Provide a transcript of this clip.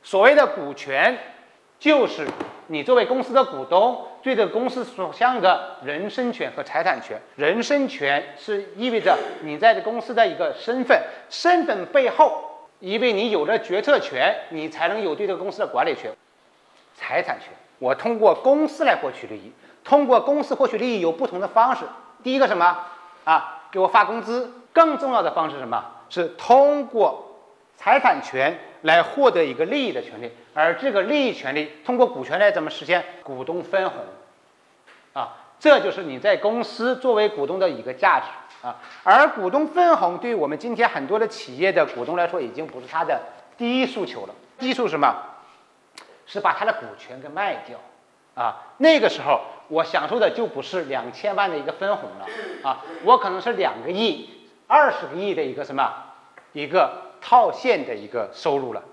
所谓的股权，就是你作为公司的股东对这个公司所相应的人身权和财产权。人身权是意味着你在这公司的一个身份，身份背后，因为你有了决策权，你才能有对这个公司的管理权。财产权，我通过公司来获取利益，通过公司获取利益有不同的方式。第一个什么啊？给我发工资。更重要的方式是什么？是通过财产权来获得一个利益的权利，而这个利益权利通过股权来怎么实现？股东分红啊，这就是你在公司作为股东的一个价值啊。而股东分红对于我们今天很多的企业的股东来说，已经不是他的第一诉求了。第一诉是什么？是把他的股权给卖掉啊。那个时候我享受的就不是2000万的一个分红了啊，我可能是2个亿、20个亿的一个什么一个套现的一个收入了。